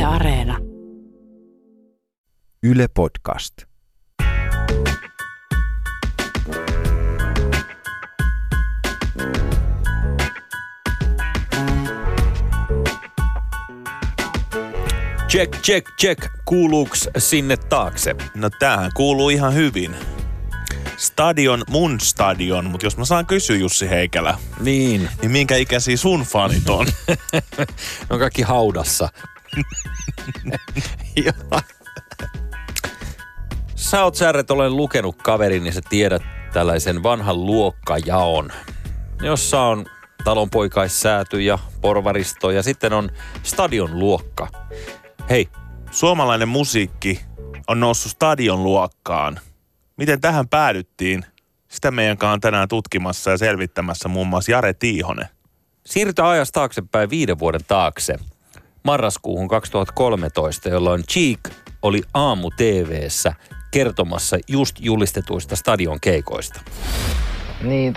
Yle Areena. Yle Podcast. Check, check, check. Kuuluuks sinne taakse? No tämähän kuuluu ihan hyvin. Stadion, mun stadion, mutta jos mä saan kysyä Jussi Heikelä, Niin. niin minkä ikäisiä sun fanit on? On kaikki haudassa. Sä oot Särret, olen lukenut kaverin, niin sä tiedät tällaisen vanhan luokkajaon, jossa on talonpoikaissääty ja porvaristo ja sitten on stadion luokka. Hei, Suomalainen musiikki on noussut stadion luokkaan. Miten tähän päädyttiin? Sitä meidän kanssa on tänään tutkimassa ja selvittämässä muun muassa Jare Tiihonen. siirrytään ajasta taaksepäin 5 vuoden taakse. Marraskuuhun 2013, jolloin Cheek oli aamu TV:ssä kertomassa just julistetuista stadion keikoista. Niin,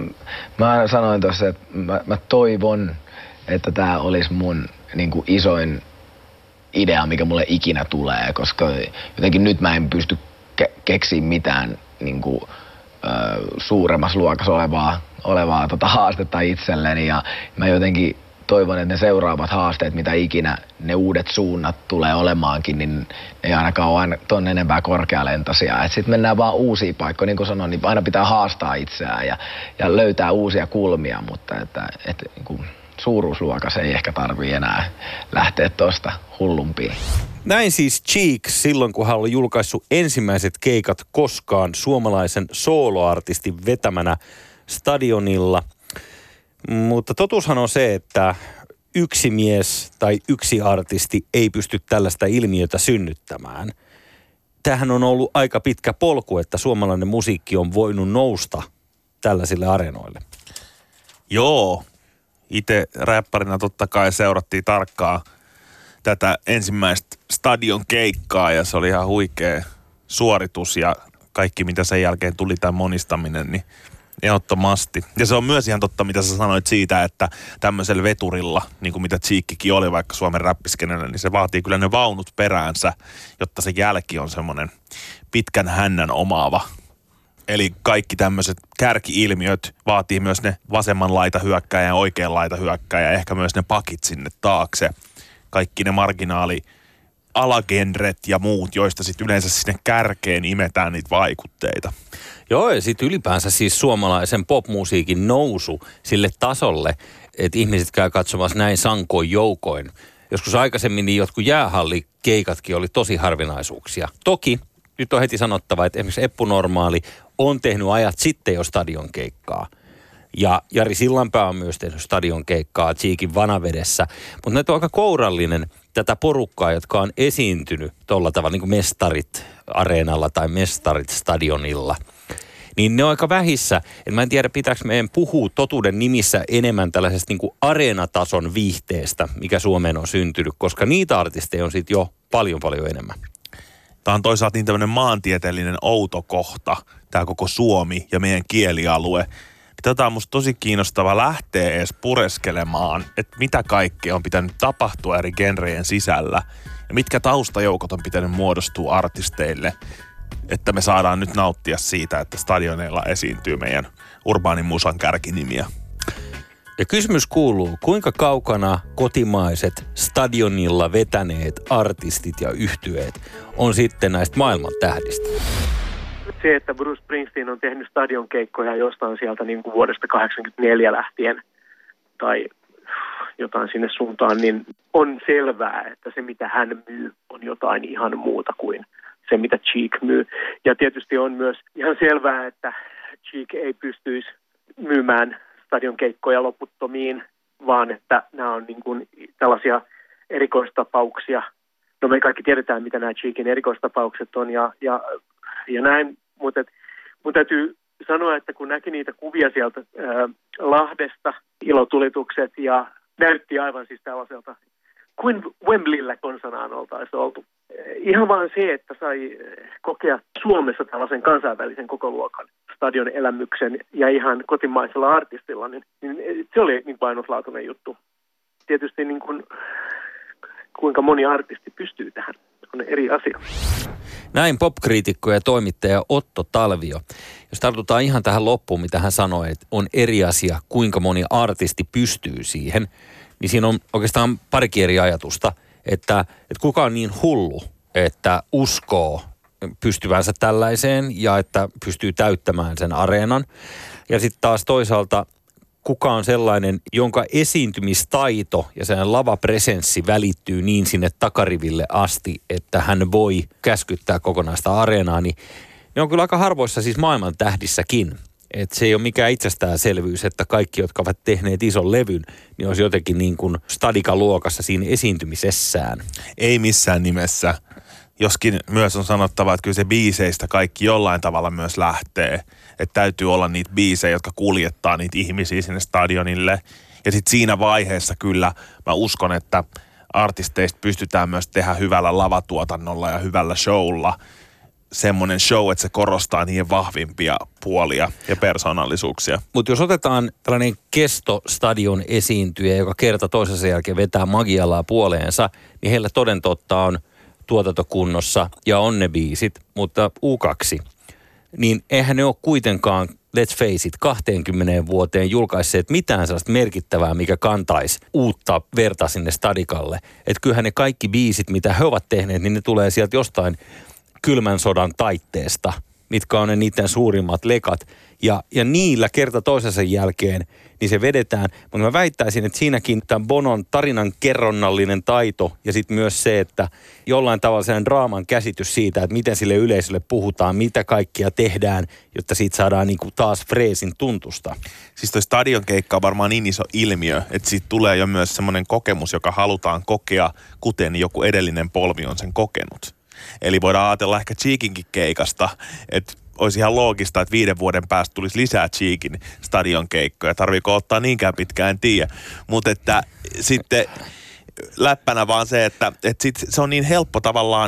mä sanoin tuossa, että mä toivon, että tää olisi mun niinku isoin idea, mikä mulle ikinä tulee, koska jotenkin nyt mä en pysty keksiä mitään niinku, suuremmassa luokassa olevaa haastetta itselleni, ja mä jotenkin toivon, että ne seuraavat haasteet, mitä ikinä ne uudet suunnat tulee olemaankin, niin ne ei ainakaan ole aina ton enempää korkealentoisia. Että sitten mennään vaan uusiin paikkoihin, niin kuin sanoin, niin aina pitää haastaa itseään ja löytää uusia kulmia, mutta että niin kuin suuruusluokassa ei ehkä tarvii enää lähteä tuosta hullumpiin. Näin siis Cheek silloin, kun hän oli julkaissut ensimmäiset keikat koskaan suomalaisen sooloartistin vetämänä stadionilla. Mutta totuushan on se, että yksi mies tai yksi artisti ei pysty tällaista ilmiötä synnyttämään. Tämähän on ollut aika pitkä polku, että suomalainen musiikki on voinut nousta tällaisille areenoille. Joo, itse räpparina totta kai seurattiin tarkkaan tätä ensimmäistä stadion keikkaa ja se oli ihan huikea suoritus ja kaikki mitä sen jälkeen tuli tämä monistaminen, niin ehdottomasti. Ja se on myös ihan totta, mitä sä sanoit siitä, että tämmöisellä veturilla, niin kuin mitä Cheekkikin oli vaikka Suomen räppiskenellä, niin se vaatii kyllä ne vaunut peräänsä, jotta se jälki on semmoinen pitkän hännän omaava. Eli kaikki tämmöiset kärki-ilmiöt vaatii myös ne vasemman laita hyökkääjä ja oikean laita hyökkääjä ja ehkä myös ne pakit sinne taakse. Kaikki ne marginaali alagenret ja muut, joista sitten yleensä sinne kärkeen imetään niitä vaikutteita. Joo, ja sitten ylipäänsä siis suomalaisen popmusiikin nousu sille tasolle, että ihmiset käy katsomassa näin sankoin joukoin. Joskus aikaisemmin niin jotkut jäähallikeikatkin oli tosi harvinaisuuksia. Toki nyt on heti sanottava, että esimerkiksi Eppu Normaali on tehnyt ajat sitten jo stadion keikkaa. Ja Jari Sillanpää on myös tehnyt stadion keikkaa Cheekin Vanavedessä. Mutta näitä on aika kourallinen tätä porukkaa, jotka on esiintynyt tuolla tavalla niin kuin mestarit areenalla tai mestarit stadionilla. Niin ne on aika vähissä. Et mä en tiedä, pitääkö meidän puhua totuuden nimissä enemmän tällaisesta niin kuin areenatason viihteestä, mikä Suomeen on syntynyt, koska niitä artisteja on sitten jo paljon enemmän. Tämä on toisaalta niin tämmöinen maantieteellinen outo kohta, tämä koko Suomi ja meidän kielialue. Tätä on musta tosi kiinnostava lähteä edes pureskelemaan, että mitä kaikkea on pitänyt tapahtua eri genrejen sisällä ja mitkä taustajoukot on pitänyt muodostua artisteille, että me saadaan nyt nauttia siitä, että stadioneilla esiintyy meidän urbaanin musan kärkinimiä. Ja kysymys kuuluu, kuinka kaukana kotimaiset stadionilla vetäneet artistit ja yhtyeet on sitten näistä maailman tähdistä? Se, että Bruce Springsteen on tehnyt stadionkeikkoja jostain sieltä niin kuin vuodesta 1984 lähtien tai jotain sinne suuntaan, niin on selvää, että se mitä hän myy on jotain ihan muuta kuin se mitä Cheek myy. Ja tietysti on myös ihan selvää, että Cheek ei pystyisi myymään stadionkeikkoja loputtomiin, vaan että nämä on niin kuin tällaisia erikoistapauksia. No me kaikki tiedetään, mitä nämä Cheekin erikoistapaukset on ja näin, mutta mun täytyy sanoa, että kun näki niitä kuvia sieltä Lahdesta, ilotulitukset ja näytti aivan siis tällaiselta kuin Wembleyllä konsanaan oltaisiin oltu. Ihan vaan se, että sai kokea Suomessa tällaisen kansainvälisen kokoluokan stadion elämyksen ja ihan kotimaisella artistilla, niin se oli niin ainutlaatuinen juttu. Tietysti niin kun kuinka moni artisti pystyy tähän, kun ne eri asia. Näin popkriitikko ja toimittaja Otto Talvio. Jos tartutaan ihan tähän loppuun, mitä hän sanoi, että on eri asia, kuinka moni artisti pystyy siihen, niin siinä on oikeastaan parikin eri ajatusta, että kuka on niin hullu, että uskoo pystyvänsä tällaiseen ja että pystyy täyttämään sen areenan. Ja sitten taas toisaalta, kuka on sellainen, jonka esiintymistaito ja sen lavapresenssi välittyy niin sinne takariville asti, että hän voi käskyttää kokonaista areenaa, niin ne on kyllä aika harvoissa siis maailman tähdissäkin. Että se ei ole mikään itsestäänselvyys, että kaikki, jotka ovat tehneet ison levyn, niin olisi jotenkin niin kuin stadikaluokassa siinä esiintymisessään. Ei missään nimessä. Joskin myös on sanottava, että kyllä se biiseistä kaikki jollain tavalla myös lähtee. Että täytyy olla niitä biisejä, jotka kuljettaa niitä ihmisiä sinne stadionille. Ja sitten siinä vaiheessa kyllä mä uskon, että artisteista pystytään myös tehdä hyvällä lavatuotannolla ja hyvällä showlla semmoinen show, että se korostaa niiden vahvimpia puolia ja persoonallisuuksia. Mutta jos otetaan tällainen kestostadion esiintyjä, joka kerta toisensa jälkeen vetää magialaa puoleensa, niin heillä toden totta on tuotantokunnossa ja on ne biisit, mutta U2, niin eihän ne ole kuitenkaan, let's face it, 20 vuoteen julkaisseet mitään sellaista merkittävää, mikä kantaisi uutta verta sinne stadikalle. Että kyllähän ne kaikki biisit, mitä he ovat tehneet, niin ne tulee sieltä jostain kylmän sodan taitteesta, mitkä on ne niiden suurimmat lekat. Ja niillä kerta toisensa jälkeen, niin se vedetään. Mutta mä väittäisin, että siinäkin tämän Bonon tarinan kerronnallinen taito ja sitten myös se, että jollain tavalla sen draaman käsitys siitä, että miten sille yleisölle puhutaan, mitä kaikkia tehdään, jotta siitä saadaan niinku taas freesin tuntusta. Siis toi stadionkeikka on varmaan niin iso ilmiö, että siitä tulee jo myös semmoinen kokemus, joka halutaan kokea, kuten joku edellinen polvi on sen kokenut. Eli voidaan ajatella ehkä Cheekinkin keikasta, että olisi ihan loogista, että 5 vuoden päästä tulisi lisää Cheekin stadionkeikkoja. Tarviiko ottaa niinkään pitkään, en tiedä. Mutta että sitten läppänä vaan se, että sit se on niin helppo tavallaan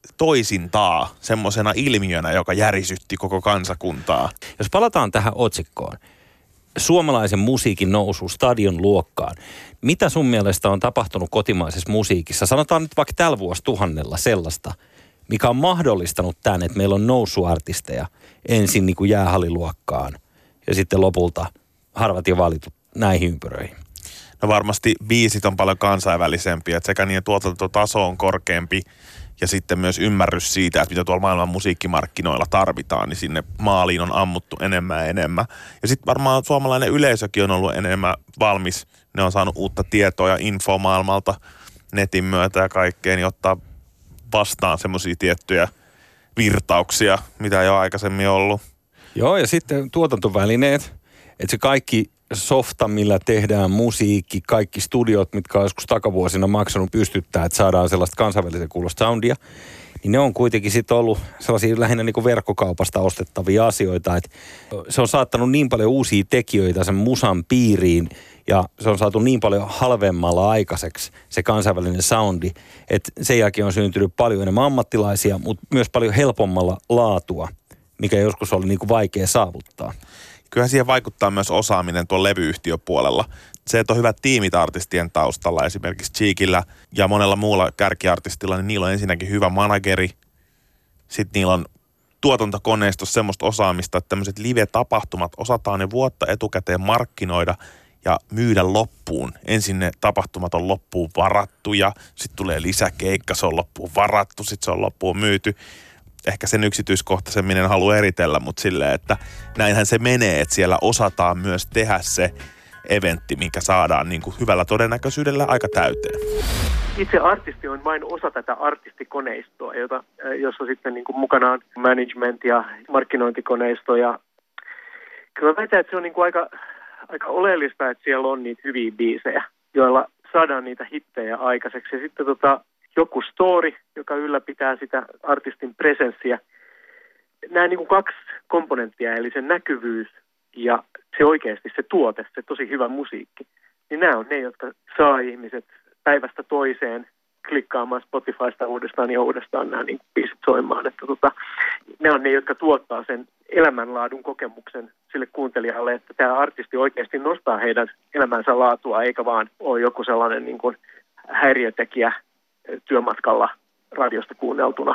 toisintaa semmoisena ilmiönä, joka järisytti koko kansakuntaa. Jos palataan tähän otsikkoon, suomalaisen musiikin nousu stadion luokkaan. Mitä sun mielestä on tapahtunut kotimaisessa musiikissa? Sanotaan nyt vaikka tällä vuosituhannella sellaista, mikä on mahdollistanut tämän, että meillä on nousuartisteja ensin niin kuin jäähalliluokkaan ja sitten lopulta harvat ja valitut näihin ympyröihin. No varmasti biisit on paljon kansainvälisempiä, että sekä niiden tuotantotaso on korkeampi ja sitten myös ymmärrys siitä, että mitä tuolla maailman musiikkimarkkinoilla tarvitaan, niin sinne maaliin on ammuttu enemmän ja enemmän. Ja sitten varmaan suomalainen yleisökin on ollut enemmän valmis. Ne on saanut uutta tietoa ja infoa maailmalta netin myötä ja kaikkeen, niin ottaa vastaan semmoisia tiettyjä virtauksia, mitä ei ole aikaisemmin ollut. Joo, ja sitten tuotantovälineet, että se kaikki softa, millä tehdään musiikki, kaikki studiot, mitkä on joskus takavuosina maksanut pystyttää, että saadaan sellaista kansainvälisen kuulosta soundia, niin ne on kuitenkin sitten ollut sellaisia lähinnä niin kuin verkkokaupasta ostettavia asioita, että se on saattanut niin paljon uusia tekijöitä sen musan piiriin, ja se on saatu niin paljon halvemmalla aikaiseksi se kansainvälinen soundi, että sen jälkeen on syntynyt paljon enemmän ammattilaisia, mutta myös paljon helpommalla laatua, mikä joskus oli niin kuin vaikea saavuttaa. Kyllähän siihen vaikuttaa myös osaaminen tuolla levyyhtiöpuolella. Se, että on hyvät tiimit artistien taustalla, esimerkiksi Cheekillä ja monella muulla kärkiartistilla, niin niillä on ensinnäkin hyvä manageri. Sitten niillä on tuotantokoneistossa semmoista osaamista, että tämmöiset live-tapahtumat osataan ne vuotta etukäteen markkinoida ja myydä loppuun. Ensin ne tapahtumat on loppuun varattu ja sitten tulee lisäkeikka, se on loppuun varattu, sitten se on loppuun myyty. Ehkä sen yksityiskohtaisemmin en halua eritellä, mutta silleen, että näinhän se menee, että siellä osataan myös tehdä se eventti, mikä saadaan niin kuin hyvällä todennäköisyydellä aika täyteen. Itse artisti on vain osa tätä artistikoneistoa, jossa sitten niin kuin mukana on management ja markkinointikoneisto. Ja kyllä mä väitän, että se on niin kuin aika oleellista, että siellä on niitä hyviä biisejä, joilla saadaan niitä hittejä aikaiseksi. Ja sitten joku story, joka ylläpitää sitä artistin presenssiä. Nämä niin kuin 2 komponenttia, eli se näkyvyys ja se oikeasti se tuote, se tosi hyvä musiikki. Niin nämä on ne, jotka saa ihmiset päivästä toiseen klikkaamaan Spotifysta uudestaan ja uudestaan nämä niin biisit soimaan. Että ne on ne, jotka tuottaa sen elämänlaadun kokemuksen sille kuuntelijalle, että tämä artisti oikeasti nostaa heidän elämänsä laatua, eikä vaan ole joku sellainen niin kuin häiriötekijä työmatkalla radiosta kuunneltuna.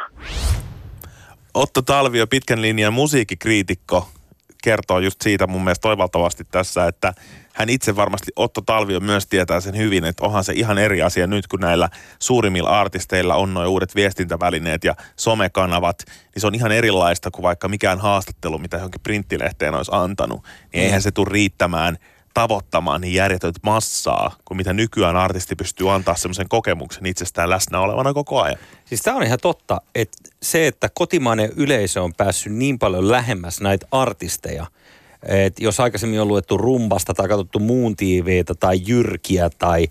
Otto Talvio, pitkän linjan musiikkikriitikko, kertoo just siitä mun mielestä toivaltavasti tässä, että hän itse varmasti, Otto Talvio myös tietää sen hyvin, että onhan se ihan eri asia nyt, kun näillä suurimmilla artisteilla on nuo uudet viestintävälineet ja somekanavat, niin se on ihan erilaista kuin vaikka mikään haastattelu, mitä johonkin printtilehteen olisi antanut. Niin eihän se tule riittämään tavoittamaan niin järjetöntä massaa, kuin mitä nykyään artisti pystyy antaa semmoisen kokemuksen itsestään läsnä olevana koko ajan. Siis tämä on ihan totta, että se, että kotimainen yleisö on päässyt niin paljon lähemmäs näitä artisteja, että jos aikaisemmin on luettu Rumbasta tai katsottu Muun TV:tä tai Jyrkiä tai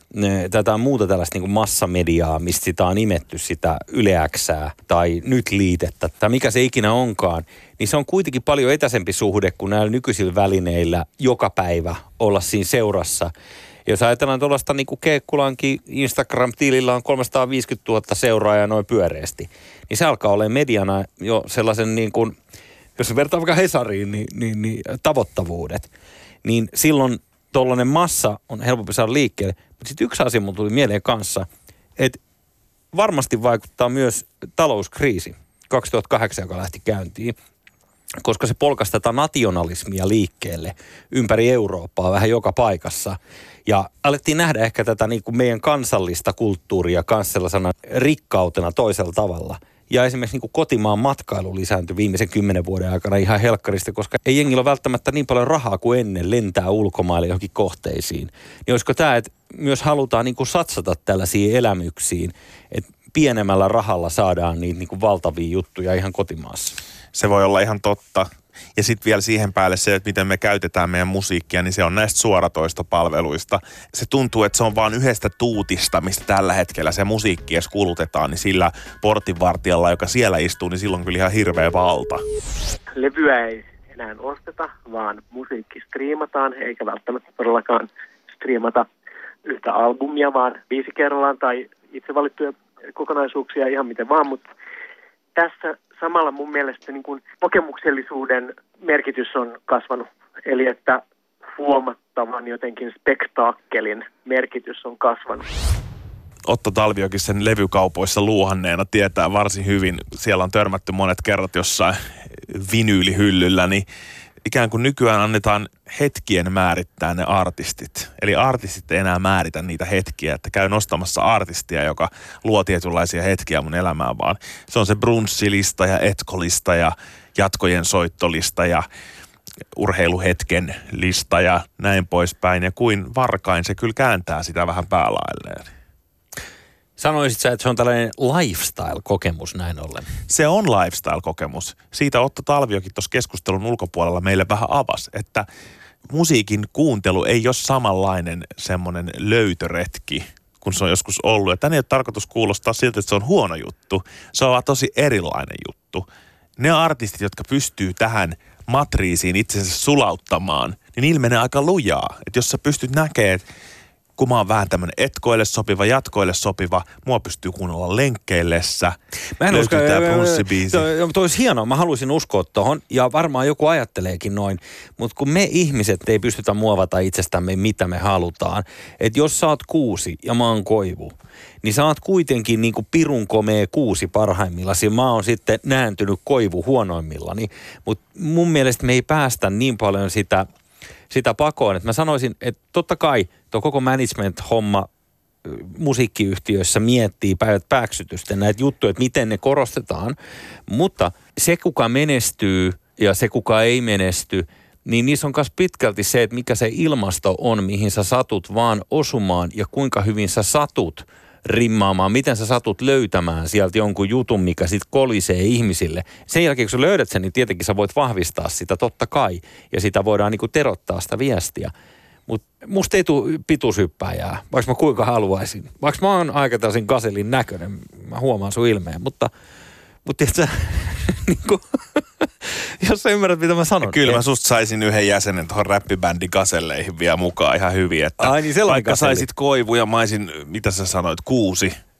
tätä muuta tällaista niin kuin massamediaa, mistä sitä on imetty sitä Yle X:ää tai Nyt liitettä tai mikä se ikinä onkaan, niin se on kuitenkin paljon etäisempi suhde kuin näillä nykyisillä välineillä joka päivä olla siinä seurassa. Jos ajatellaan tuollaista niin kuin Keekkulankin Instagram-tilillä on 350 000 seuraajaa noin pyöreästi, niin se alkaa olemaan mediana jo sellaisen niin kuin, jos se vertaa vaikka Hesariin, niin tavoittavuudet. Niin silloin tuollainen massa on helpompi saada liikkeelle. Mutta sitten yksi asia mun tuli mieleen kanssa, että varmasti vaikuttaa myös talouskriisi 2008, joka lähti käyntiin, koska se polkaisi tätä nationalismia liikkeelle ympäri Eurooppaa vähän joka paikassa. Ja alettiin nähdä ehkä tätä niin kuin meidän kansallista kulttuuria kanssa sellaisena rikkautena toisella tavalla. Ja esimerkiksi niin kuin kotimaan matkailu lisääntyi viimeisen 10 vuoden aikana ihan helkkarista, koska ei jengillä ole välttämättä niin paljon rahaa kuin ennen lentää ulkomaille johonkin kohteisiin. Niin olisiko tämä, että myös halutaan niin kuin satsata tällaisiin elämyksiin, että pienemmällä rahalla saadaan niitä niin kuin valtavia juttuja ihan kotimaassa? Se voi olla ihan totta. Ja sitten vielä siihen päälle se, että miten me käytetään meidän musiikkia, niin se on näistä suoratoistopalveluista. Se tuntuu, että se on vaan yhdestä tuutista, mistä tällä hetkellä se musiikki edes kulutetaan, niin sillä portinvartijalla, joka siellä istuu, niin silloin kyllä ihan hirveä valta. Levyä ei enää osteta, vaan musiikki striimataan, eikä välttämättä todellakaan striimata yhtä albumia, vaan 5 kerrallaan tai itse valittuja kokonaisuuksia ihan miten vaan, mutta tässä samalla mun mielestä niin kuin kokemuksellisuuden merkitys on kasvanut. Eli että huomattavan jotenkin spektaakkelin merkitys on kasvanut. Otto Talviokin sen levykaupoissa luuhanneena tietää varsin hyvin. Siellä on törmätty monet kerrat jossain vinyylihyllyllä, niin ikään kuin nykyään annetaan hetkien määrittää ne artistit. Eli artistit ei enää määritä niitä hetkiä, että käy nostamassa artistia, joka luo tietynlaisia hetkiä mun elämään, vaan se on se brunssilista ja etkolista ja jatkojen soittolista ja urheiluhetken lista ja näin poispäin. Ja kuin varkain se kyllä kääntää sitä vähän päälailleen. Sanoisit sä, että se on tällainen lifestyle-kokemus näin ollen? Se on lifestyle-kokemus. Siitä Otto Talviokin tuossa keskustelun ulkopuolella meille vähän avasi, että musiikin kuuntelu ei ole samanlainen semmoinen löytöretki, kun se on joskus ollut. Ja tänne ei ole tarkoitus kuulostaa siltä, että se on huono juttu. Se on vaan tosi erilainen juttu. Ne artistit, jotka pystyy tähän matriisiin itsensä sulauttamaan, niin niillä menee aika lujaa. Että jos sä pystyt näkemään, kun mä oon vähän tämmönen etkoille sopiva, jatkoille sopiva, mua pystyy kuunnella lenkkeillessä. Mä en usko, tää brunssibiisi. Toi olisi hienoa, mä haluaisin uskoa tohon, ja varmaan joku ajatteleekin noin, mutta kun me ihmiset ei pystytä muovata itsestämme, mitä me halutaan, että jos sä oot kuusi ja mä oon koivu, niin sä oot kuitenkin niin kuin pirun komea kuusi parhaimmillasi, mä oon sitten nääntynyt koivu huonoimmillani, mutta mun mielestä me ei päästä niin paljon sitä pakoon, että mä sanoisin, että totta kai tuo koko management-homma musiikkiyhtiöissä miettii päivät pääksytysten näitä juttuja, että miten ne korostetaan, mutta se kuka menestyy ja se kuka ei menesty, niin niissä on myös pitkälti se, että mikä se ilmasto on, mihin sä satut vaan osumaan ja kuinka hyvin sä satut rimmaamaan, miten sä satut löytämään sieltä jonkun jutun, mikä sitten kolisee ihmisille. Sen jälkeen, kun sä löydät sen, niin tietenkin sä voit vahvistaa sitä, totta kai, ja sitä voidaan niinku terottaa sitä viestiä. Mutta musta ei tule pituushyppääjää, vaikka mä kuinka haluaisin. Vaikka mä oon aika täysin Gazelin näköinen, mä huomaan sun ilmeen, mutta tiedätkö, niinku, jos sä ymmärrät, mitä mä sanon. Kyllä mä susta saisin yhden jäsenen tuohon räppibändi Gazelleihin vielä mukaan ihan hyvin, että niin vaikka saisit koivu ja mä olisin, mitä sä sanoit, kuusi,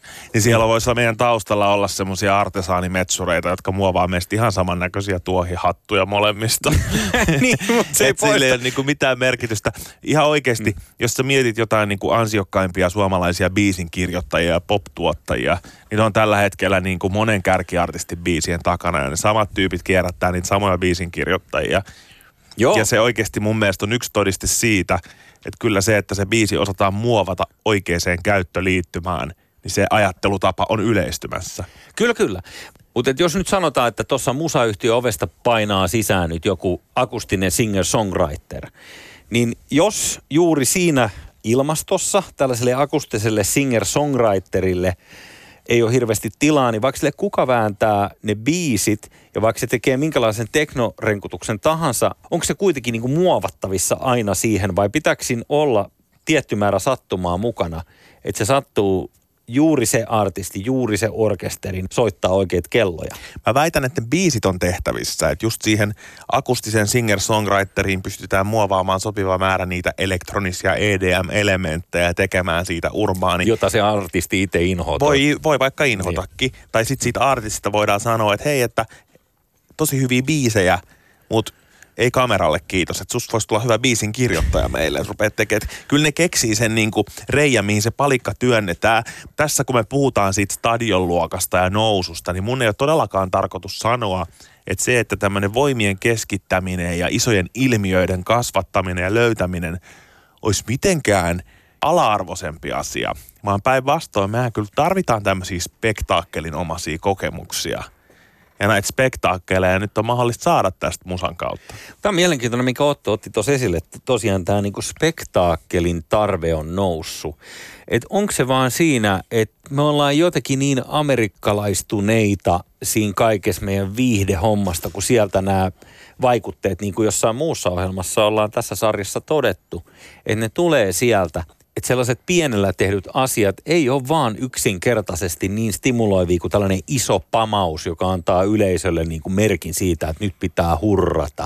Niin siellä voisi meidän taustalla olla semmoisia artesaanimetsureita, jotka muovaa meistä ihan samannäköisiä tuohihattuja molemmista. Niin, mutta se ei sillä ei ole niinku mitään merkitystä. Ihan oikeasti, jos sä mietit jotain niinku ansiokkaimpia suomalaisia biisinkirjoittajia ja pop-tuottajia, niin on tällä hetkellä niinku monen kärkiartistin biisien takana. Ja ne samat tyypit kierrättää niitä samoja biisinkirjoittajia. Joo. Ja se oikeasti mun mielestä on yksi todiste siitä, että kyllä se, että se biisi osataan muovata oikeaan käyttöliittymään, niin se ajattelutapa on yleistymässä. Kyllä. Mutta jos nyt sanotaan, että tuossa musayhtiön ovesta painaa sisään nyt joku akustinen singer-songwriter, niin jos juuri siinä ilmastossa tällaiselle akustiselle singer-songwriterille ei ole hirveästi tilaa, niin vaikka sille kuka vääntää ne biisit ja vaikka se tekee minkälaisen teknorenkutuksen tahansa, onko se kuitenkin niin kuin muovattavissa aina siihen vai pitääkö siinä olla tietty määrä sattumaa mukana, että se sattuu juuri se artisti, juuri se orkesterin soittaa oikeat kelloja. Mä väitän, että biisit on tehtävissä, että just siihen akustisen singer-songwriteriin pystytään muovaamaan sopiva määrä niitä elektronisia EDM-elementtejä ja tekemään siitä urbaani. Jota se artisti itse inhotaa. Voi vaikka inhotakin. Niin. Tai sitten siitä artistista voidaan sanoa, että hei, että tosi hyviä biisejä, mutta ei kameralle kiitos, että susta voisi tulla hyvä biisin kirjoittaja meille, jos rupeat tekemään. Kyllä ne keksii sen niinku reijän, mihin se palikka työnnetään. Tässä kun me puhutaan siitä stadionluokasta ja noususta, niin mun ei ole todellakaan tarkoitus sanoa, että se, että tämmöinen voimien keskittäminen ja isojen ilmiöiden kasvattaminen ja löytäminen olisi mitenkään ala-arvoisempi asia. Vaan päinvastoin, mehän kyllä tarvitaan tämmöisiä spektaakkelinomaisia kokemuksia. Ja näitä spektaakkeleja nyt on mahdollista saada tästä musan kautta. Tämä on mielenkiintoinen, minkä Otto otti tuossa esille, että tosiaan tämä niinku spektaakkelin tarve on noussut. Että onko se vaan siinä, että me ollaan jotenkin niin amerikkalaistuneita siinä kaikessa meidän viihdehommasta, kun sieltä nämä vaikutteet, niin kuin jossain muussa ohjelmassa ollaan tässä sarjassa todettu, että ne tulee sieltä. Että sellaiset pienellä tehdyt asiat ei ole vaan yksinkertaisesti niin stimuloivia kuin tällainen iso pamaus, joka antaa yleisölle niin kuin merkin siitä, että nyt pitää hurrata.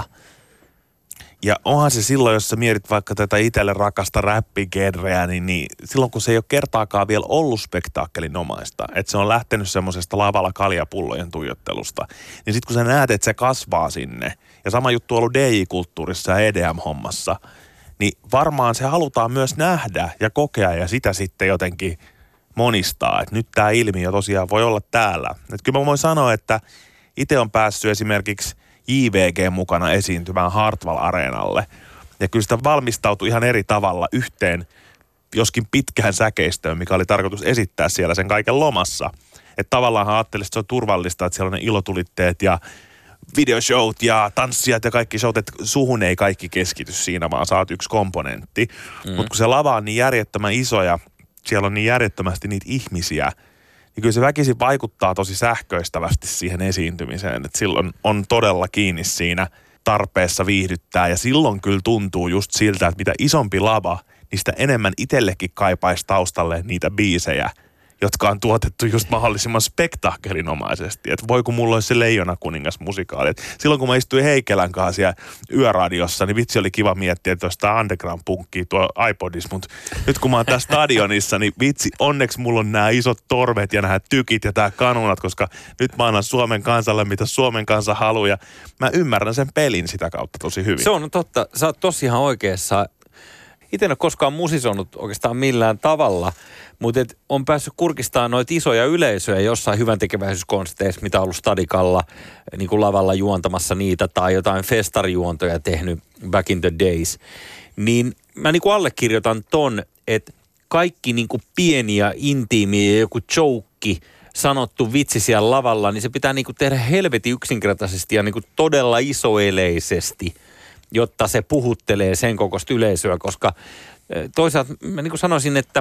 Ja onhan se silloin, jos sä mietit vaikka tätä itselle rakasta räppigenreä, niin silloin kun se ei ole kertaakaan vielä ollut spektaakkelinomaista, että se on lähtenyt semmoisesta lavalla kaljapullojen tuijottelusta, niin sitten kun sä näet, että se kasvaa sinne, ja sama juttu on ollut DJ-kulttuurissa ja EDM-hommassa, niin varmaan se halutaan myös nähdä ja kokea ja sitä sitten jotenkin monistaa, että nyt tämä ilmiö tosiaan voi olla täällä. Että kyllä mä voin sanoa, että itse on päässyt esimerkiksi JVG mukana esiintymään Hartwall-areenalle. Ja kyllä sitä valmistautui ihan eri tavalla yhteen, joskin pitkään säkeistöön, mikä oli tarkoitus esittää siellä sen kaiken lomassa. Että tavallaan ajattelin, että se on turvallista, että siellä on ne ilotulitteet ja videoshowt ja tanssijat ja kaikki showt, että suhun ei kaikki keskity siinä, vaan sä oot yksi komponentti. Mutta kun se lava on niin järjettömän iso ja siellä on niin järjettömästi niitä ihmisiä, niin kyllä se väkisin vaikuttaa tosi sähköistävästi siihen esiintymiseen. Että silloin on todella kiinni siinä tarpeessa viihdyttää ja silloin kyllä tuntuu just siltä, että mitä isompi lava, niin sitä enemmän itsellekin kaipaisi taustalle niitä biisejä, jotka on tuotettu just mahdollisimman spektaakkelinomaisesti. Että voi kun mulla olisi se Leijona kuningas -musikaali. Et silloin kun mä istuin Heikelän kanssa siellä yöradiossa, niin vitsi oli kiva miettiä, että olisi tää underground-punkkia tuo iPodissa. Mutta nyt kun mä oon tässä stadionissa, niin vitsi, onneksi mulla on nämä isot torvet ja nämä tykit ja tää kanunat, koska nyt mä annan Suomen kansalle, mitä Suomen kansa haluaa. Ja mä ymmärrän sen pelin sitä kautta tosi hyvin. Se on totta. Sä oot tosi ihan oikeassa. Itse en ole koskaan musisonut oikeastaan millään tavalla, mutta on päässyt kurkistamaan noita isoja yleisöjä jossain hyväntekeväisyyskonsteissa, mitä on ollut Stadikalla niin kuin lavalla juontamassa niitä tai jotain festarijuontoja tehnyt back in the days. Niin mä niin kuin allekirjoitan ton, että kaikki niin kuin pieni ja intiimi ja joku joke sanottu vitsi siellä lavalla, niin se pitää niin kuin tehdä helvetin yksinkertaisesti ja niin kuin todella isoeleisesti, jotta se puhuttelee sen kokoista yleisöä, koska toisaalta mä niin kuin sanoisin, että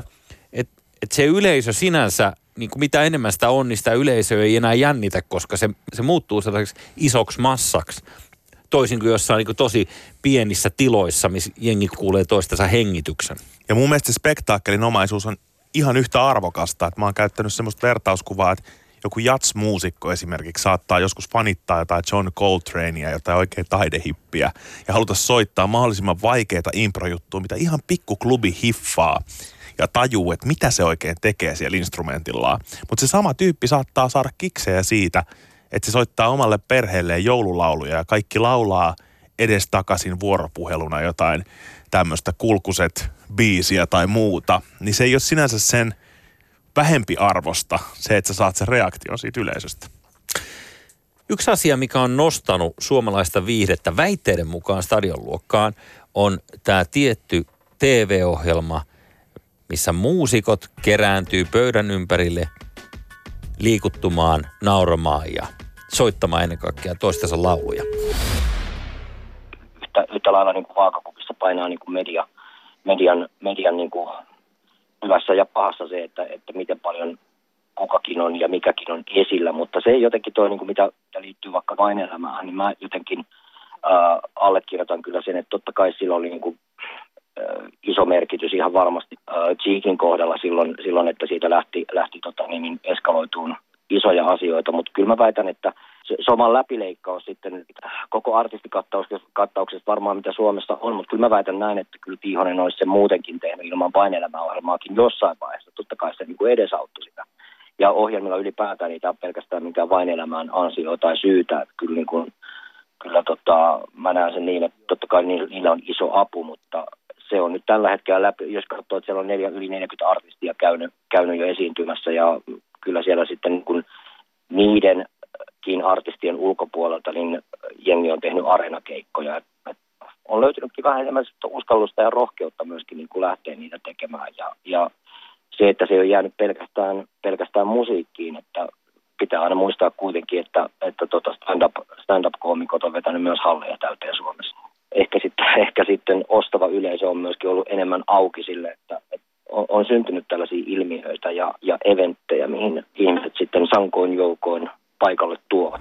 se yleisö sinänsä, niin kuin mitä enemmän sitä on, niin sitä yleisöä ei enää jännitä, koska se muuttuu sellaiseksi isoksi massaksi. Toisin kuin jossain niin kuin tosi pienissä tiloissa, missä jengi kuulee toistensa hengityksen. Ja mun mielestä se spektaakkelinomaisuus on ihan yhtä arvokasta, että mä oon käyttänyt semmoista vertauskuvaa, että joku jazz-muusikko esimerkiksi saattaa joskus fanittaa jotain John Coltranea, jotain oikein taidehippiä, ja haluta soittaa mahdollisimman vaikeita improjuttua, mitä ihan pikkuklubi hiffaa. ja tajuu, että mitä se oikein tekee siellä instrumentillaan. Mutta se sama tyyppi saattaa saada kiksejä siitä, että se soittaa omalle perheelleen joululauluja ja kaikki laulaa edestakaisin vuoropuheluna jotain tämmöistä kulkuset biisiä tai muuta, niin se ei ole sinänsä sen vähempi arvosta se, että sä saat sen reaktion siitä yleisöstä. Yksi asia, mikä on nostanut suomalaista viihdettä väitteiden mukaan stadionluokkaan, on tämä tietty TV-ohjelma, missä muusikot kerääntyy pöydän ympärille liikuttumaan, nauramaan ja soittamaan ennen kaikkea toistensa lauluja. Yhtä lailla niin kuin vaakakupissa painaa niin kuin median niin kuin hyvässä ja pahassa se, että miten paljon kukakin on ja mikäkin on esillä, mutta se jotenkin toi, niin kuin mitä liittyy vaikka vain elämään, niin mä jotenkin allekirjoitan kyllä sen, että totta kai sillä oli niin kuin, iso merkitys ihan varmasti Cheekin kohdalla silloin, että siitä lähti eskaloituun isoja asioita, mutta kyllä mä väitän, että se oman läpileikkaus sitten koko artistikattauksesta varmaan mitä Suomessa on, mutta kyllä mä väitän näin, että kyllä Tiihonen olisi sen muutenkin tehnyt ilman vain elämäohjelmaakin jossain vaiheessa. Totta kai se niin kuin edesauttoi sitä. Ja ohjelmilla ylipäätään niitä on pelkästään minkään vain elämään ansio tai syytä. Että kyllä, niin kuin, mä näen sen niin, että totta kai niillä on iso apu, mutta se on nyt tällä hetkellä läpi, jos katsoo, että siellä on yli 40 artistia käynyt jo esiintymässä ja kyllä siellä sitten niin kuin niidenkin artistien ulkopuolelta niin jengi on tehnyt areenakeikkoja. On löytynytkin vähän enemmän uskallusta ja rohkeutta myöskin niin kuin lähteä niitä tekemään ja se, että se ei ole jäänyt pelkästään musiikkiin, että pitää aina muistaa kuitenkin, että stand-up-koomikot on vetänyt myös halleja täyteen Suomessa. Ehkä sitten ostava yleisö on myöskin ollut enemmän auki sille, että on syntynyt tällaisia ilmiöitä ja eventtejä, mihin ihmiset sitten sankoin joukoin paikalle tuovat.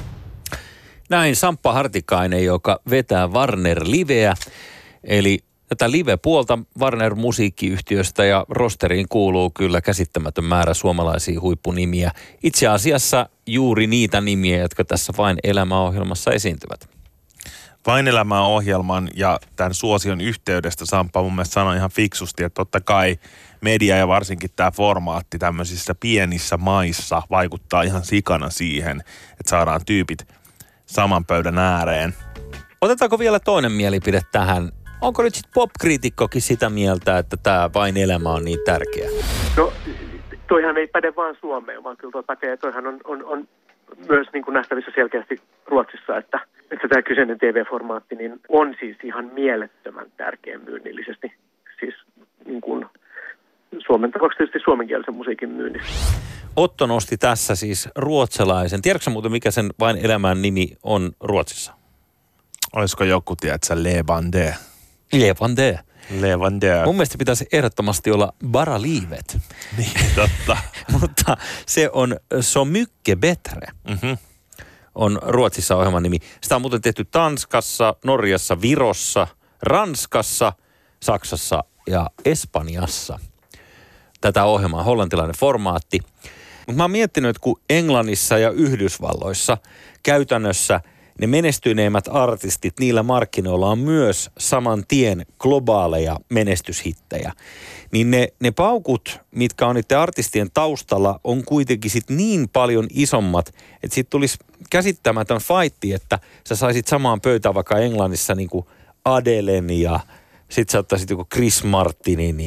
Näin Samppa Hartikainen, joka vetää Warner-liveä, eli tätä live-puolta Warner-musiikkiyhtiöstä ja rosteriin kuuluu kyllä käsittämätön määrä suomalaisia huippunimiä. Itse asiassa juuri niitä nimiä, jotka tässä Vain elämä-ohjelmassa esiintyvät. Vain elämä-ohjelman ja tämän suosion yhteydestä Samppa mun mielestä sanoi ihan fiksusti, että totta kai media ja varsinkin tämä formaatti tämmöisissä pienissä maissa vaikuttaa ihan sikana siihen, että saadaan tyypit saman pöydän ääreen. Otetaanko vielä toinen mielipide tähän? Onko nyt sitten pop-kriitikkokin sitä mieltä, että tämä Vain elämä on niin tärkeä? No, toihan ei päde vaan Suomeen, vaan kyllä pätee. Toihan on myös niin kuin nähtävissä selkeästi Ruotsissa, että tämä kyseinen TV-formaatti niin on siis ihan mielettömän tärkeä myynnillisesti. Siis niin kuin Suomen tapauksessa tietysti suomenkielisen musiikin myynnissä. Otto nosti tässä siis ruotsalaisen. Tiedätkö muuten, mikä sen Vain elämän nimi on Ruotsissa? Olisiko joku, tiedätkö, Le Bandé? Le Bandé. Le Bandé. Mun mielestä pitäisi ehdottomasti olla Bara livet. Niin, totta. Mutta se on Så mycket bättre. Mm-hmm. On Ruotsissa ohjelman nimi. Sitä on muuten tehty Tanskassa, Norjassa, Virossa, Ranskassa, Saksassa ja Espanjassa. Tätä ohjelmaa hollantilainen formaatti. Mutta mä oon miettinyt, että kun Englannissa ja Yhdysvalloissa käytännössä ne menestyneimmät artistit, niillä markkinoilla on myös saman tien globaaleja menestyshittejä. Niin ne paukut, mitkä on niiden artistien taustalla, on kuitenkin sit niin paljon isommat, että siitä tulisi käsittämätön fightti, että sä saisit samaan pöytään vaikka Englannissa niin kuin Adelen ja sit sä ottaisit joku Chris Martinin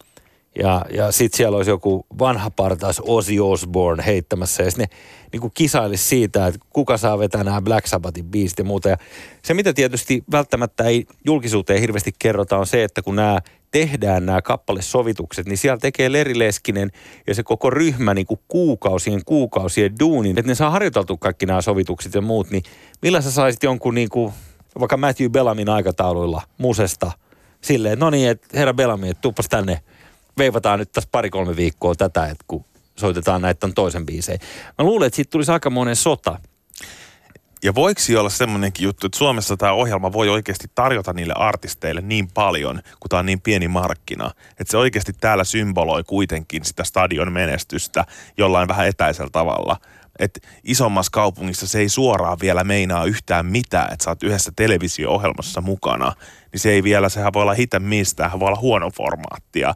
ja sit siellä olisi joku vanha partaas Ozzy Osbourne heittämässä ja ne niin kuin kisailisi siitä, että kuka saa vetää nämä Black Sabbathin biisit ja muuta. Ja se, mitä tietysti välttämättä ei julkisuuteen hirveästi kerrota, on se, että kun tehdään nämä kappalesovitukset, niin siellä tekee Leri Leskinen ja se koko ryhmä niin kuin kuukausien duunin, että ne saa harjoiteltua kaikki nämä sovitukset ja muut, niin millä sä saisit jonkun niin kuin vaikka Matthew Bellamin aikatauluilla musesta silleen, että no niin, että herra Bellamy, että tuuppas tänne, veivataan nyt tässä 2-3 viikkoa tätä, että kun soitetaan näitä toisen biiseen. Mä luulen, että siitä tulisi aikamoinen sota. Ja voiko olla semmoinenkin juttu, että Suomessa tämä ohjelma voi oikeasti tarjota niille artisteille niin paljon, kun tämä on niin pieni markkina, että se oikeasti täällä symboloi kuitenkin sitä stadion menestystä jollain vähän etäisellä tavalla. Että isommassa kaupungissa se ei suoraan vielä meinaa yhtään mitään, että sä oot yhdessä televisio-ohjelmassa mukana, niin se ei vielä, sehän voi olla hit and miss, tämähän voi olla huono formaattia.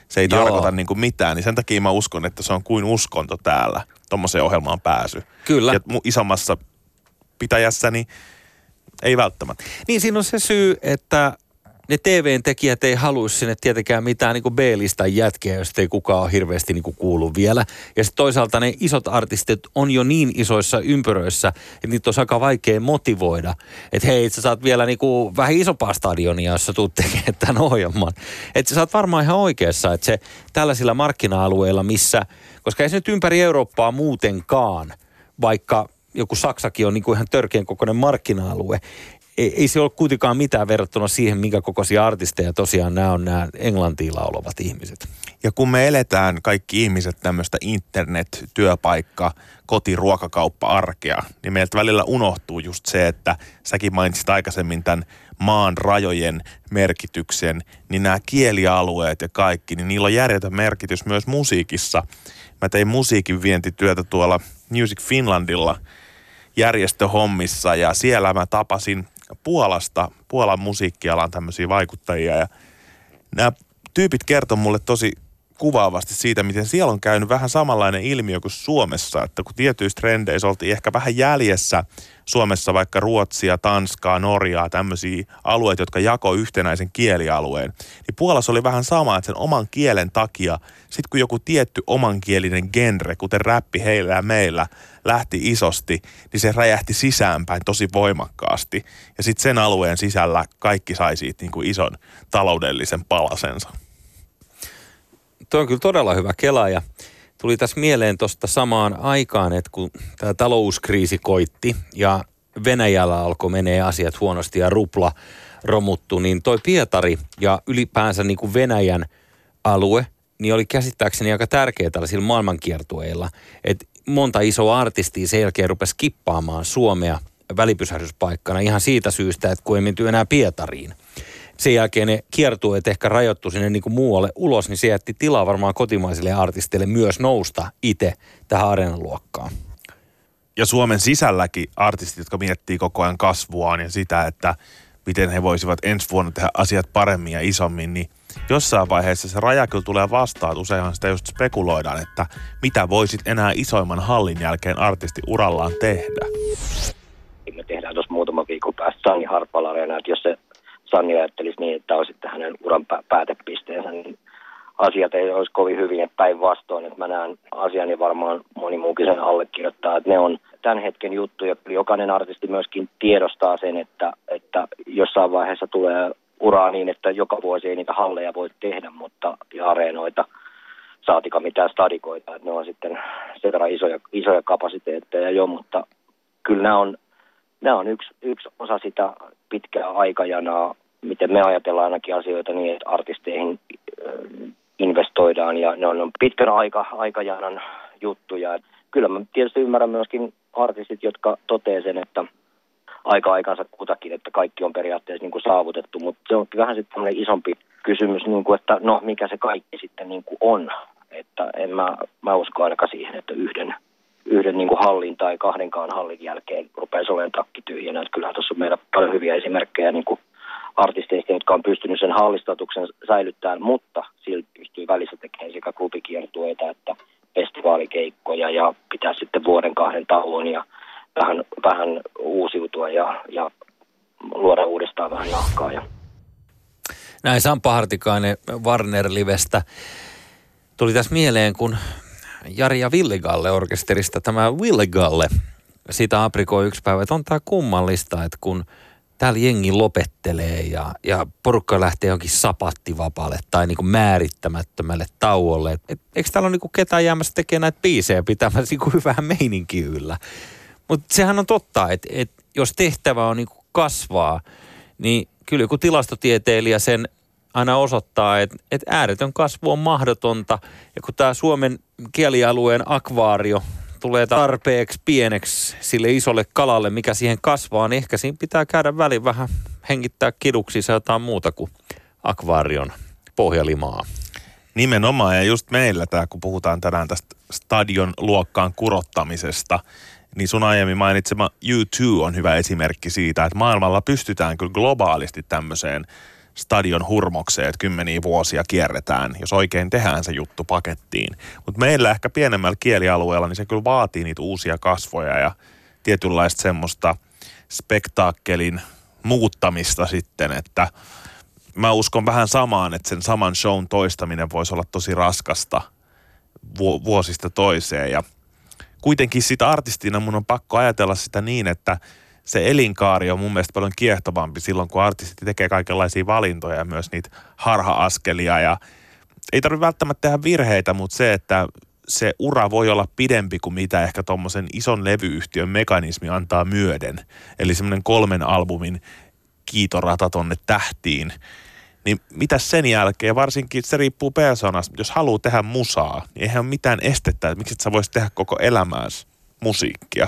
se ei tarkoita niin kuin mitään, niin sen takia mä uskon, että se on kuin uskonto täällä, tommoseen ohjelmaan pääsy. Kyllä. Ja isommassa pitäjässäni ei välttämättä. Niin siinä on se syy, että ne TV-tekijät ei haluaisi sinne tietenkään mitään niin kuin B-listan jätkiä, josta ei kukaan ole hirveästi niin kuin kuullut vielä. Ja sitten toisaalta ne isot artistit on jo niin isoissa ympyröissä, että niitä on aika vaikea motivoida. Että hei, sä saat vielä niin kuin vähän isompaa stadionia, jos sä tuut tekemään tämän ohjelman. Että sä oot varmaan ihan oikeassa, että se tällaisilla markkina-alueilla, missä, koska ei se nyt ympäri Eurooppaa muutenkaan, vaikka joku Saksakin on niin kuin ihan törkeän kokoinen markkina-alue, ei se ole kuitenkaan mitään verrattuna siihen, minkä kokoisia artisteja tosiaan nämä on nämä englantiin laulavat ihmiset. Ja kun me eletään kaikki ihmiset tämmöistä internet-työpaikka, kotiruokakauppa-arkea, niin meiltä välillä unohtuu just se, että säkin mainitsit aikaisemmin tämän maan rajojen merkityksen, niin nämä kielialueet ja kaikki, niin niillä on järjetön merkitys myös musiikissa. Mä tein musiikin vientityötä tuolla Music Finlandilla järjestöhommissa ja siellä mä tapasin Puolan musiikkialan tämmöisiä vaikuttajia ja nämä tyypit kertoi mulle tosi kuvaavasti siitä, miten siellä on käynyt vähän samanlainen ilmiö kuin Suomessa, että kun tietyissä trendeissä oltiin ehkä vähän jäljessä Suomessa vaikka Ruotsia, Tanskaa, Norjaa, tämmöisiä alueita, jotka jakoi yhtenäisen kielialueen, niin Puolassa oli vähän sama, että sen oman kielen takia, sitten kun joku tietty omankielinen genre, kuten räppi heillä ja meillä, lähti isosti, niin se räjähti sisäänpäin tosi voimakkaasti. Ja sitten sen alueen sisällä kaikki sai siitä niin kuin ison taloudellisen palasensa. Tuo on kyllä todella hyvä kela ja tuli tässä mieleen tuosta samaan aikaan, että kun tämä talouskriisi koitti ja Venäjällä alkoi menee asiat huonosti ja rupla romuttu, niin toi Pietari ja ylipäänsä niin kuin Venäjän alue, niin oli käsittääkseni aika tärkeä tällaisilla maailmankiertueilla, että monta isoa artistia sen jälkeen rupesi kippaamaan Suomea välipysähdyspaikkana ihan siitä syystä, että kun ei menty enää Pietariin. Sen jälkeen ne kiertueet ehkä rajoittu sinne niin kuin muualle ulos, niin se jätti tilaa varmaan kotimaisille artisteille myös nousta itse tähän areenaluokkaan. Ja Suomen sisälläkin artistit, jotka miettii koko ajan kasvuaan ja sitä, että miten he voisivat ensi vuonna tehdä asiat paremmin ja isommin, niin jossain vaiheessa se raja kyllä tulee vastaan. Useinhan sitä just spekuloidaan, että mitä voisit enää isoimman hallin jälkeen artisti urallaan tehdä. Me tehdään tuossa muutama viikon päästä Sanni Hartwall-areena, että jos se Sanni ajattelisi niin, että olisi hänen uran päätepisteensä, niin asiat ei olisi kovin hyvin, että päinvastoin, että mä näen asian ja varmaan moni muukin sen allekirjoittaa, että ne on tämän hetken juttuja. Jokainen artisti myöskin tiedostaa sen, että jossain vaiheessa tulee uraa niin, että joka vuosi ei niitä halleja voi tehdä, mutta ja areenoita, saatika mitään stadikoita, että ne on sitten sen verran isoja kapasiteetteja jo, mutta kyllä nämä on yksi osa sitä pitkää aikajanaa, miten me ajatellaan ainakin asioita niin, että artisteihin investoidaan ja ne on pitkän aikajanan juttuja. Kyllä mä tietysti ymmärrän myöskin artistit, jotka toteaa sen, että aikansa kutakin, että kaikki on periaatteessa niin kuin saavutettu, mutta se on vähän sitten tämmöinen isompi kysymys, niin kuin, että no mikä se kaikki sitten niin kuin on. Että en mä usko ainakaan siihen, että yhden niin kuin hallin tai kahdenkaan hallin jälkeen rupeaisi olemaan takki tyhjänä. Että kyllähän tuossa on meillä paljon hyviä esimerkkejä niin kuin artisteista, jotka on pystynyt sen hallistatuksen säilyttämään, mutta silti pystyy välissä tekemään sekä klubikiertueita että festivaalikeikkoja ja pitää sitten vuoden kahden tauon ja vähän uusiutua ja luoda uudestaan vähän nahkaa. Näin Sampa Hartikainen Warner-livestä. Tuli tässä mieleen, kun Jari ja Villigalle orkesterista tämä Villigalle, siitä aprikoi yksi päivä, että on tämä kummallista, että kun täällä jengi lopettelee ja porukka lähtee johonkin sapattivapaalle tai niin kuin määrittämättömälle tauolle. Eikö täällä ole niin kuin ketään jäämässä tekemään näitä biisejä pitämässä niin kuin hyvää meininkiä yllä? Mutta sehän on totta, että jos tehtävä on niin kuin kasvaa, niin kyllä joku tilastotieteilijä sen aina osoittaa, että ääretön kasvu on mahdotonta. Ja kun tämä Suomen kielialueen akvaario tulee tarpeeksi pieneksi sille isolle kalalle, mikä siihen kasvaa, niin ehkä siinä pitää käydä väliin vähän hengittää kiduksissa jotain muuta kuin akvaarion pohjalimaa. Nimenomaan, ja just meillä tämä, kun puhutaan tänään tästä stadion luokkaan kurottamisesta, niin sun aiemmin mainitsema U2 on hyvä esimerkki siitä, että maailmalla pystytään kyllä globaalisti tämmöiseen stadion hurmokseen, että 10 vuosia kierretään, jos oikein tehdään se juttu pakettiin. Mutta meillä ehkä pienemmällä kielialueella, niin se kyllä vaatii niitä uusia kasvoja ja tietynlaista semmoista spektaakkelin muuttamista sitten, että mä uskon vähän samaan, että sen saman shown toistaminen voisi olla tosi raskasta vuosista toiseen. Ja kuitenkin sitä artistina mun on pakko ajatella sitä niin, että se elinkaari on mun mielestä paljon kiehtovampi silloin, kun artisti tekee kaikenlaisia valintoja ja myös niitä harha-askelia. Ja ei tarvitse välttämättä tehdä virheitä, mutta se, että se ura voi olla pidempi kuin mitä ehkä tommosen ison levyyhtiön mekanismi antaa myöden. Eli semmoinen 3 albumin kiitorata tonne tähtiin. Niin mitäs sen jälkeen, varsinkin se riippuu persoonasta, jos haluaa tehdä musaa, niin eihän ole mitään estettä, että miksi et sä vois tehdä koko elämääsi musiikkia.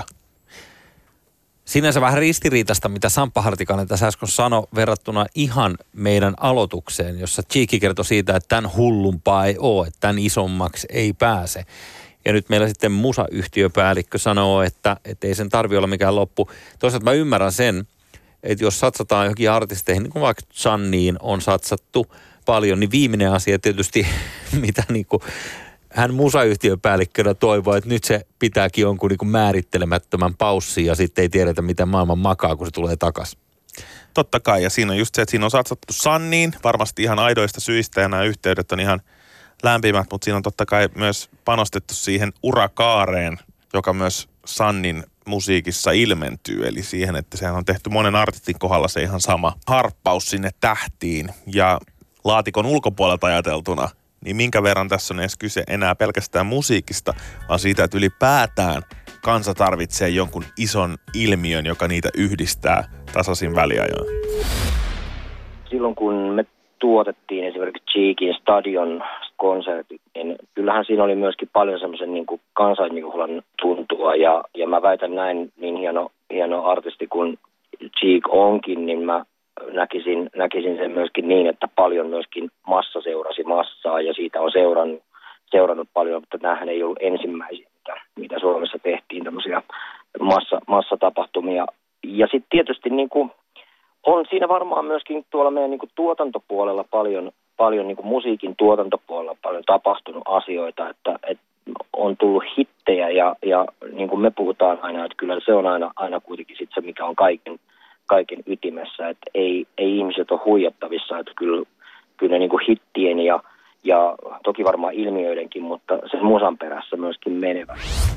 Sinänsä vähän ristiriitasta, mitä Samppa Hartikainen tässä äsken sanoi verrattuna ihan meidän aloitukseen, jossa Cheeky kertoi siitä, että tämän hullumpaa ei ole, että tämän isommaksi ei pääse. Ja nyt meillä sitten musayhtiöpäällikkö sanoo, että ei sen tarvitse olla mikään loppu. Toisaalta mä ymmärrän sen, että jos satsataan johonkin artisteihin, niin kuin vaikka Sanniin on satsattu paljon, niin viimeinen asia tietysti, mitä niin kuin hän musayhtiöpäällikkönä toivoo, että nyt se pitääkin jonkun niin kuin määrittelemättömän paussin ja sitten ei tiedetä, miten maailman makaa, kun se tulee takaisin. Totta kai, ja siinä on just se, että siinä on satsattu Sanniin, varmasti ihan aidoista syistä, ja nämä yhteydet on ihan lämpimät, mutta siinä on totta kai myös panostettu siihen urakaareen, joka myös Sannin musiikissa ilmentyy, eli siihen, että sehän on tehty monen artistin kohdalla se ihan sama harppaus sinne tähtiin, ja laatikon ulkopuolelta ajateltuna, niin minkä verran tässä on edes kyse enää pelkästään musiikista, vaan siitä, että ylipäätään kansa tarvitsee jonkun ison ilmiön, joka niitä yhdistää tasaisin väliajoin. Silloin kun me tuotettiin esimerkiksi Cheekyn Stadion konsertit, niin kyllähän siinä oli myöskin paljon semmoisen niin kuin kansanjuhlan tuntua, ja mä väitän näin, niin hieno artisti kuin Cheek onkin, niin mä näkisin sen myöskin niin, että paljon myöskin massa seurasi massaa, ja siitä on seurannut paljon, mutta näähän ei ollut ensimmäisiä, mitä Suomessa tehtiin, tämmöisiä massatapahtumia. Ja sitten tietysti niin kuin on siinä varmaan myöskin tuolla meidän niin kuin tuotantopuolella paljon niin kuin musiikin tuotantopuolella paljon tapahtunut asioita, että on tullut hittejä, ja niin kuin me puhutaan aina, että kyllä se on aina kuitenkin sit se, mikä on kaiken ytimessä, että ei ihmiset ole huijattavissa, että kyllä ne niin kuin hittien ja toki varmaan ilmiöidenkin, mutta sen musan perässä myöskin menevät.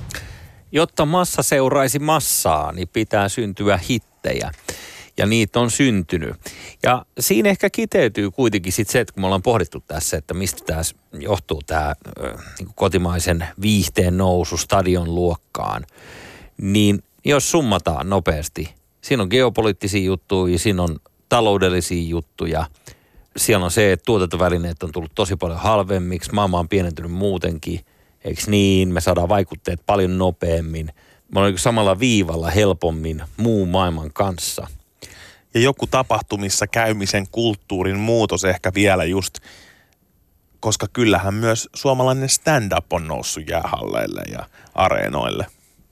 Jotta massa seuraisi massaa, niin pitää syntyä hittejä. Ja niitä on syntynyt. Ja siinä ehkä kiteytyy kuitenkin sit se, että kun me ollaan pohdittu tässä, että mistä tämä johtuu tämä niin kotimaisen viihteen nousu stadion luokkaan, niin jos summataan nopeasti, siinä on geopoliittisia juttuja, siinä on taloudellisia juttuja, siellä on se, että tuotantovälineet on tullut tosi paljon halvemmiksi, maailma on pienentynyt muutenkin, eikö niin, me saadaan vaikutteet paljon nopeammin, me ollaan samalla viivalla helpommin muun maailman kanssa. Ja joku tapahtumissa käymisen kulttuurin muutos ehkä vielä just, koska kyllähän myös suomalainen stand-up on noussut jäähalleille ja areenoille.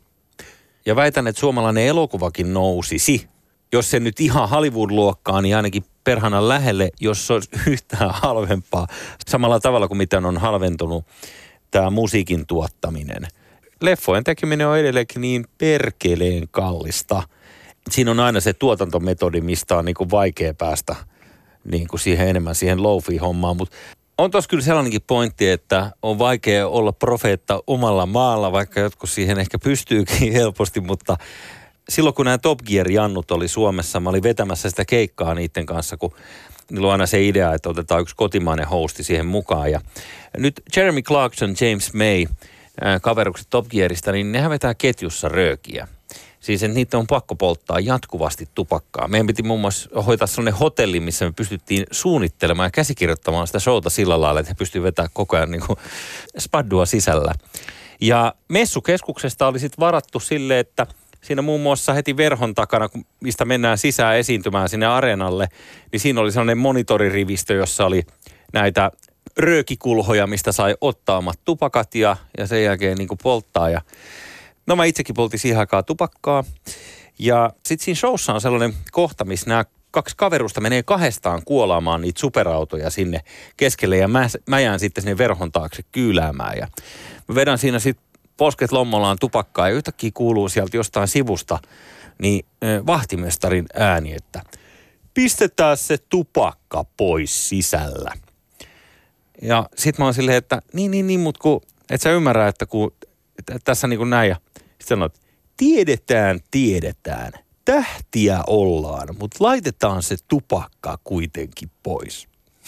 Ja väitän, että suomalainen elokuvakin nousisi, jos se nyt ihan Hollywood-luokkaa, niin ainakin perhanan lähelle, jos se olisi yhtään halvempaa. Samalla tavalla kuin miten on halventunut tämä musiikin tuottaminen. Leffojen tekeminen on edelleenkin niin perkeleen kallista. Siinä on aina se tuotantometodi, mistä on niin kuin vaikea päästä niin kuin enemmän siihen lo-fi-hommaan. Mutta on tuossa kyllä sellainenkin pointti, että on vaikea olla profeetta omalla maalla, vaikka jotkut siihen ehkä pystyykin helposti. Mutta silloin kun nämä Top Gear-jannut oli Suomessa, mä olin vetämässä sitä keikkaa niiden kanssa, kun niillä on aina se idea, että otetaan yksi kotimainen hosti siihen mukaan. Ja nyt Jeremy Clarkson, James May, kaverukset Top Gearista, niin nehän vetää ketjussa röökiä. Siis että niitä on pakko polttaa jatkuvasti tupakkaa. Meidän piti muun muassa hoitaa sellainen hotelli, missä me pystyttiin suunnittelemaan ja käsikirjoittamaan sitä showta sillä lailla, että he pystyivät vetämään koko ajan niin kuin spaddua sisällä. Ja messukeskuksesta oli sitten varattu sille, että siinä muun muassa heti verhon takana, mistä mennään sisään esiintymään sinne areenalle, niin siinä oli sellainen monitoririvistö, jossa oli näitä röökikulhoja, mistä sai ottaa omat tupakat ja sen jälkeen niin kuin polttaa. Ja no mä itsekin poltin siihen aikaa tupakkaa. Ja sitten siinä showssa on sellainen kohta, missä nämä 2 kaverusta menee kahdestaan kuolaamaan niitä superautoja sinne keskelle ja mä jään sitten sinne verhon taakse kyyläämään ja mä vedän siinä sitten posket lommolaan tupakkaa ja yhtäkkiä kuuluu sieltä jostain sivusta niin vahtimestarin ääni, että pistetään se tupakka pois sisällä. Ja sit mä oon silleen, että niin, mut kun et sä ymmärrä, että kun tässä niin kuin näin ja sit sanoit, tiedetään, tähtiä ollaan, mutta laitetaan se tupakka kuitenkin pois.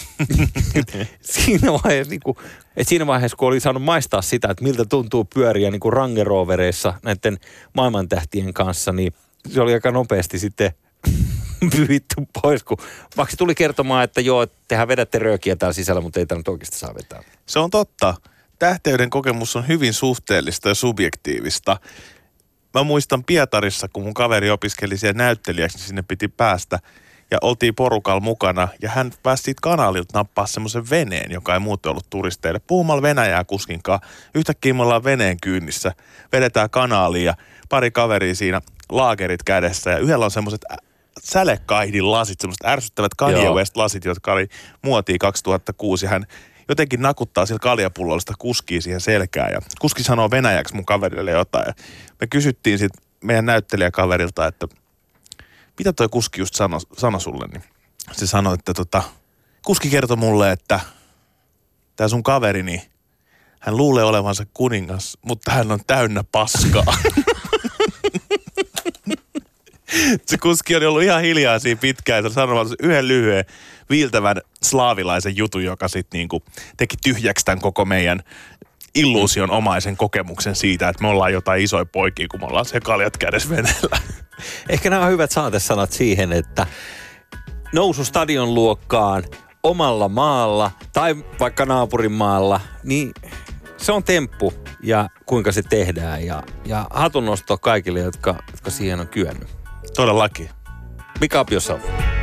Siinä vaiheessa, kun oli saanut maistaa sitä, että miltä tuntuu pyöriä niin kuin Range Rovereissa näiden maailmantähtien kanssa, niin se oli aika nopeasti sitten pyyhitty pois, kun Maksi tuli kertomaan, että joo, tehän vedätte röökiä täällä sisällä, mutta ei tämä nyt oikeasti saa vetää. Se on totta. Tähteyden kokemus on hyvin suhteellista ja subjektiivista. Mä muistan Pietarissa, kun mun kaveri opiskeli siellä näyttelijäksi, niin sinne piti päästä. Ja oltiin porukalla mukana ja hän pääsi siitä kanaalilta nappaa semmoisen veneen, joka ei muuten ollut turisteille. Puhumalla Venäjää kuskinkaan. Yhtäkkiä me ollaan veneen kyynnissä. Vedetään kanaaliin ja pari kaveria siinä laakerit kädessä. Ja yhdellä on semmoiset sälekaihdin lasit, semmoiset ärsyttävät Kanye West-lasit, jotka oli muotia 2006. Ja hän jotenkin nakuttaa sillä kaljapullollista kuskia siihen selkään. Ja kuski sanoo venäjäksi mun kaverille jotain. Ja me kysyttiin sitten meidän näyttelijäkaverilta, että mitä toi kuski just sanoi sulle, niin se sanoi, että kuski kertoi mulle, että tää sun kaveri, niin hän luulee olevansa kuningas, mutta hän on täynnä paskaa. Se kuski oli ollut ihan hiljaa siinä pitkään, ja sanoi yhden lyhyen viiltävän slaavilaisen jutun, joka sitten niinku teki tyhjäksi tämän koko meidän illuusion omaisen kokemuksen siitä, että me ollaan jotain isoja poikia, kun me ollaan sekalijat kädessä veneellä. Ehkä nämä on hyvät saatesanat siihen, että nousu stadion luokkaan omalla maalla tai vaikka naapurin maalla, niin se on temppu ja kuinka se tehdään. Ja hatunnosto kaikille, jotka siihen on kyennyt. Todellakin. Big up yourself.